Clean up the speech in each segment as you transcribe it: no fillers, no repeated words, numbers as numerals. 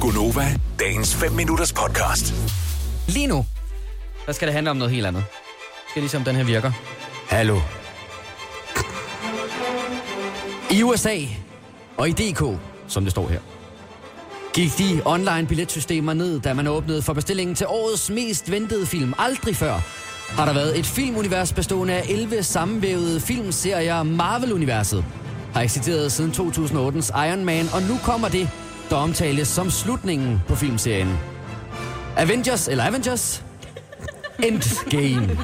Gunova, dagens 5 minutters podcast. Lige nu, der skal det handle om noget helt andet. Det skal ligesom den her virker. Hallo. I USA og i DK, som det står her, gik de online billetsystemer ned, da man åbnede for bestillingen til årets mest ventede film. Aldrig før har der været et filmunivers bestående af 11 sammenvævede filmserier. Marvel-universet har eksisteret siden 2008's Iron Man, og nu kommer det, der omtales som slutningen på filmserien. Avengers Endgame.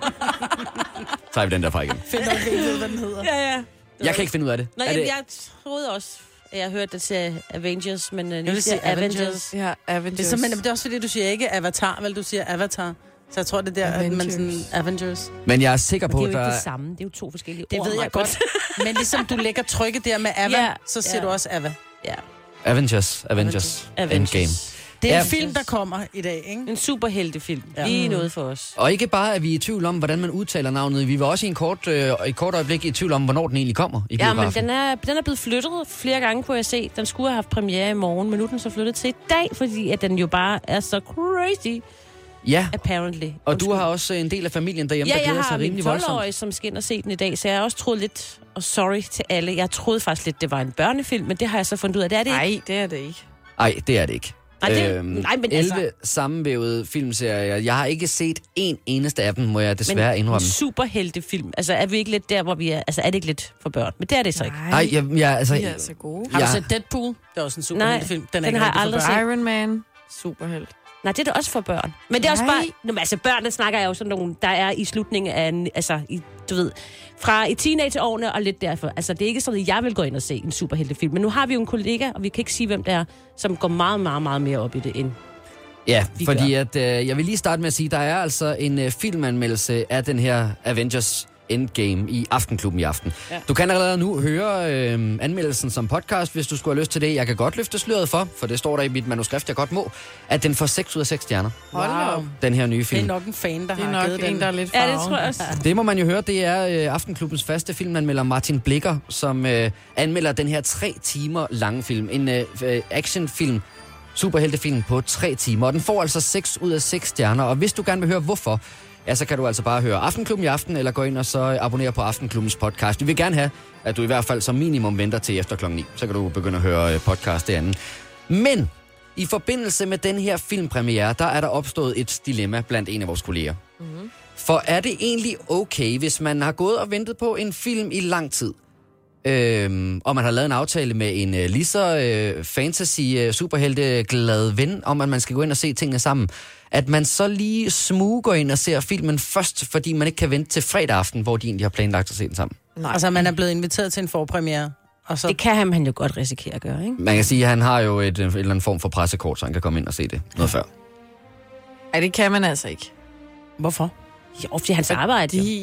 Så har vi den derfra igen. Find nok ikke ud, hvad den hedder. Ja. Jeg kan ikke finde ud af det. Nej, jeg troede også, at jeg hørte det til Avengers, men nu siger Avengers. Ja, Avengers. Det er, men det er også fordi, du siger ikke Avatar, vel? Du siger Avatar. Så jeg tror, det er der, at man sådan... Avengers. Men jeg er sikker på, det er at jo der... ikke det samme. Det er jo to forskellige Det ord. ved jeg godt. Men ligesom du lægger trykket der med Ava, så siger du også Ava. Ja. Avengers Endgame. Det er en film, der kommer i dag, ikke? En superheltefilm. Ja. Lige noget for os. Og ikke bare, at vi er i tvivl om, hvordan man udtaler navnet. Vi var også i et kort øjeblik i tvivl om, hvornår den egentlig kommer i biografen. Men den er blevet flyttet flere gange, kunne jeg se. Den skulle have haft premiere i morgen, men nu er den så flyttet til i dag, fordi at den jo bare er så crazy. Ja, apparently. Og du har også en del af familien derhjemme, der glæder sig rimelig voldsomt. Ja, jeg har min 12-årige, som skal ind og se den i dag, så jeg har også troet lidt, og sorry til alle, jeg troede faktisk lidt, det var en børnefilm, men det har jeg så fundet ud af. Det er det ikke. Nej, det er det ikke. Nej, det er det ikke. Nej, men 11 sammenvævede filmserier. Jeg har ikke set en eneste af dem, må jeg desværre indrømme. Men superheltefilm. Altså, er vi ikke lidt der, hvor vi er... Altså, er det ikke lidt for børn? Men det er det så ikke. Nej, altså... De er så gode. Har du set Deadpool? Det er også en superheltefilm. Den har jeg aldrig set. Iron Man. Superhelt. Nej, det er da også for børn. Men det er også bare... Nå, altså, børnene snakker jeg jo sådan nogle, der er i slutningen af... Altså, du ved... Fra i teenageårene og lidt derfor. Altså, det er ikke sådan, at jeg vil gå ind og se en superheltefilm. Men nu har vi jo en kollega, og vi kan ikke sige, hvem det er, som går meget, meget, meget mere op i det end... Ja, fordi at, jeg vil lige starte med at sige, der er altså en filmanmeldelse af den her Avengers Endgame i Aftenklubben i aften. Ja. Du kan allerede nu høre anmeldelsen som podcast, hvis du skulle have lyst til det. Jeg kan godt løfte sløret for det står der i mit manuskript, jeg godt må, at den får 6 ud af 6 stjerner. Wow. Den her nye film. Det er nok en fan, der har givet den. Det er nok en, der er lidt farven. Ja, det tror jeg også. Det må man jo høre, det er Aftenklubbens faste filmanmelder Martin Blikker, som anmelder den her 3 timer lange film. En actionfilm, superheltefilm på 3 timer, og den får altså 6 ud af 6 stjerner. Og hvis du gerne vil høre hvorfor, ja, så kan du altså bare høre Aftenklubben i aften, eller gå ind og så abonnere på Aftenklubbens podcast. Vi vil gerne have, at du i hvert fald som minimum venter til efter klokken 9. Så kan du begynde at høre podcast derinde. Men i forbindelse med den her filmpremiere, der er der opstået et dilemma blandt en af vores kolleger. Mm-hmm. For er det egentlig okay, hvis man har gået og ventet på en film i lang tid, og man har lavet en aftale med en lige så fantasy-superhelte glad ven, om at man skal gå ind og se tingene sammen, at man så lige går ind og ser filmen først, fordi man ikke kan vente til fredag aften, hvor de egentlig har planlagt at se den sammen? Nej. Altså, man er blevet inviteret til en forpremiere. Og så... Det kan han jo godt risikere at gøre, ikke? Man kan sige, at han har jo en eller anden form for pressekort, så han kan komme ind og se det noget før. Ej, det kan man altså ikke. Hvorfor? Jo, fordi hans arbejde jo.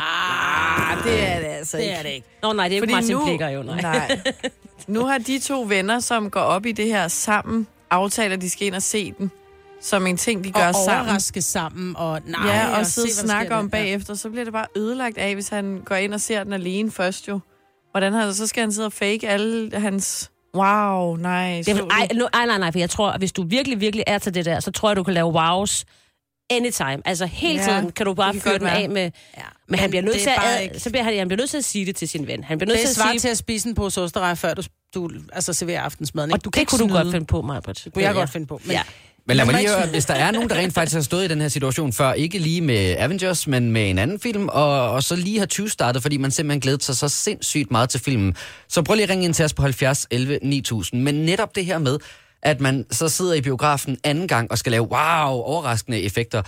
Det er det altså ikke. Det er det ikke. Nå, nej, det er jo Martin Blikker jo, nej. Nu har de 2 venner, som går op i det her sammen, aftaler, at de skal ind og se den, som en ting, de gør og sammen. Og overraske sammen, og og sidde og snakke om bagefter, så bliver det bare ødelagt af, hvis han går ind og ser den alene først jo. Hvordan så skal han sidde og fake alle hans... Wow, nej. Nej, for jeg tror, at hvis du virkelig, virkelig er til det der, så tror jeg, du kan lave wows anytime. Altså hele tiden kan du bare fyre den af med... Ja. Men han bliver nødt til han bliver nødt til at sige det til sin ven. Han bliver nødt til at sige... til at spise en pose osterej, før du altså serverer aftensmaden. Og det kunne du godt finde på, Maj-Brit. Det kunne jeg godt finde på. Men, men lad mig lige høre, hvis der er nogen, der rent faktisk har stået i den her situation før, ikke lige med Avengers, men med en anden film, og så lige har 20 startet, fordi man simpelthen glæder sig så sindssygt meget til filmen. Så prøv lige at ringe ind til os på 70 11 9000. Men netop det her med, at man så sidder i biografen anden gang og skal lave overraskende effekter,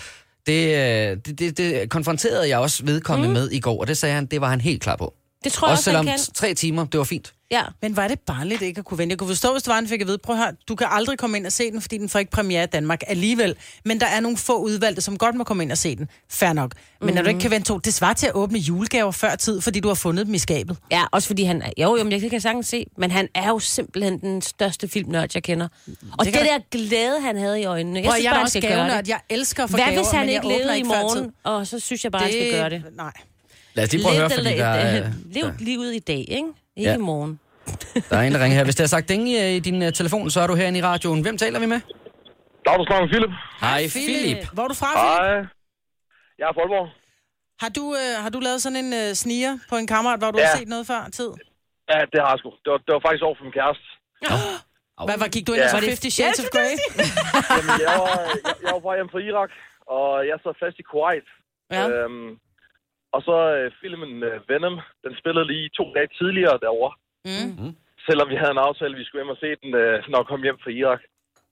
det konfronterede jeg også vedkommende med i går, og det sagde han, det var han helt klar på. Det tror jeg også, selvom 3 timer, det var fint. Ja. Men var det barnligt ikke at kunne vente? Jeg kunne forstå, hvis det var, han fik at vide, prøv at høre, du kan aldrig komme ind og se den, fordi den får ikke premiere i Danmark alligevel. Men der er nogle få udvalgte, som godt må komme ind og se den. Fair nok. Men når du ikke kan vente 2, det svarer til at åbne julegaver før tid, fordi du har fundet dem i skabet. Ja, også fordi han... men jeg kan sagtens se, men han er jo simpelthen den største filmnørd, jeg kender. Og det der glæde, han havde i øjnene. Jeg er også gavenørd. Jeg elsker at få gaver, hvis han men ikke levede i morgen, og så synes jeg bare, han skal gøre det. Nej. Lad os lige prøve at høre, fordi der Lev livet i dag, ikke? Ikke i morgen. Der er en, der ringer her. Hvis der er sagt ding i din telefon, så er du herinde i radioen. Hvem taler vi med? Der er du snakker med Philip. Hej, Philip. Hvor er du fra, Philip? Hej. Jeg er fra Aalborg. Har du lavet sådan en sniger på en kammerat, hvor du har set noget før tid? Ja, det har jeg sgu. Det var faktisk over for min kæreste. Hvad gik du ind og så 50 Shades of Grey? Jamen, jeg var bare hjemme fra Irak, og jeg sad fast i Kuwait. Ja. Og så filmen Venom, den spillede lige 2 dage tidligere derovre. Selvom vi havde en aftale, vi skulle hjem og se den, når jeg kom hjem fra Irak.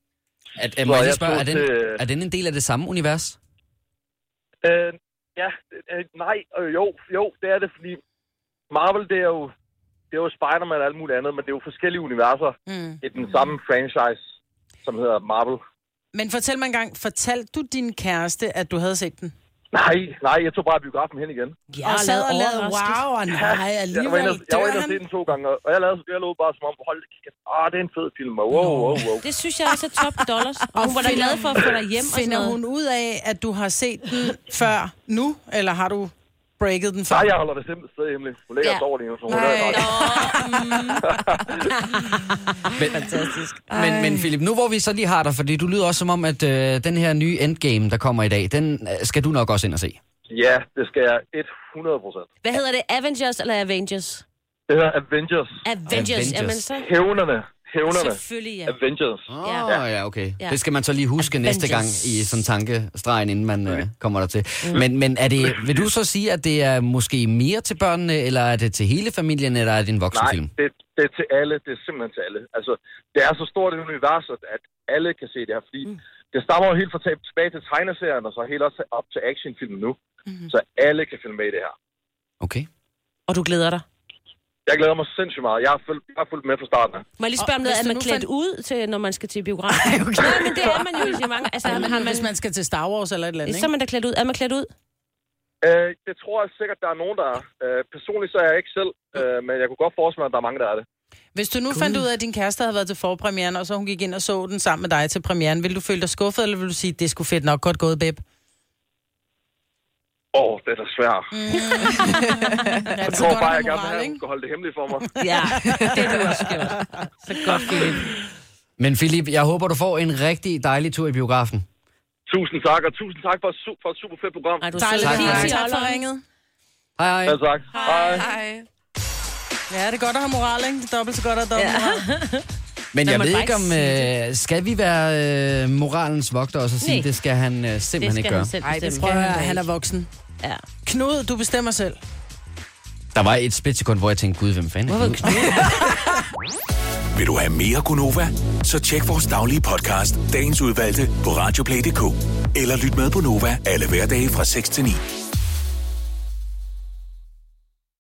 Er den en del af det samme univers? Ja, nej, jo, det er det, fordi Marvel, det er jo Spider-Man og alt muligt andet, men det er jo forskellige universer i den samme franchise, som hedder Marvel. Men fortæl mig engang, fortalte du din kæreste, at du havde set den? Nej, jeg tog bare biografen hen igen. Og sad og lavede wow, og nej, alligevel jeg var inde og se den 2 gange, og jeg lå bare som om, hold det kæft, det er en fed film, og wow. Det synes jeg også er top dollars. Og hun var da glad for at få dig hjem og sådan Finder noget. hun ud af, at du har set den før nu, eller har du breaket den før? Nej, jeg holder det simpelthen stadig hemmeligt. Hun ligger og sover lige nu, så hun Fantastisk. Men Philip, nu hvor vi så lige har dig, fordi du lyder også som om, at den her nye Endgame, der kommer i dag, den skal du nok også ind og se. Ja, det skal jeg 100%. Hvad hedder det? Avengers eller Avengers? Det hedder Avengers. Jamen så... Hævnerne. Selvfølgelig, ja. Avengers. Ja, okay. Ja. Det skal man så lige huske næste gang i sådan tankestregen, inden man kommer der til. Men vil du så sige, at det er måske mere til børnene, eller er det til hele familien, eller er det en voksenfilm? Nej, det er til alle. Det er simpelthen til alle. Altså, det er så stort et univers, at alle kan se det her, fordi det stammer jo helt fra tilbage til tegneserien, og så helt også op til actionfilmen nu. Så alle kan filme med i det her. Okay. Og du glæder dig? Jeg glæder mig sindssygt meget. Jeg har fulgt med fra starten. Må jeg lige spørge om noget, er man klædt ud til, når man skal til biografen? Okay. Nej, men det er man jo i mange... Altså, hvis man skal til Star Wars eller et eller andet, ikke? Så er man da klædt ud. Er man klædt ud? Det tror jeg sikkert, der er nogen, der er. Personligt så er jeg ikke selv, men jeg kunne godt forestille mig, at der er mange, der er det. Hvis du nu fandt ud af, at din kæreste havde været til forpremieren, og så hun gik ind og så den sammen med dig til premieren, ville du føle dig skuffet, eller ville du sige, det er sgu fedt nok, godt gået, babe? Det er da svært. Jeg tror bare, jeg gerne vil have, at hun skal holde det hemmeligt for mig. Ja, det er du også gjort. Så godt, Philip. Men Philip, jeg håber, du får en rigtig dejlig tur i biografen. Tusind tak, og tusind tak for et super fedt program. Tak for ringet. Hej. Ja, tak. Hej. Ja, det er godt at have moral, ikke? Det er dobbelt så godt at have moral. Men jeg ved ikke om, skal vi være moralens vogter og så sige, det skal han simpelthen ikke gøre? Nej, det skal han er voksen. Ja. Knud, du bestemmer selv. Der var et splitsekund, hvor jeg tænkte, gud, hvem fanden er Knud? Vil du have mere Gunova? Så tjek vores daglige podcast, dagens udvalgte, på radioplay.dk. Eller lyt med på Nova alle hverdage fra 6 til 9.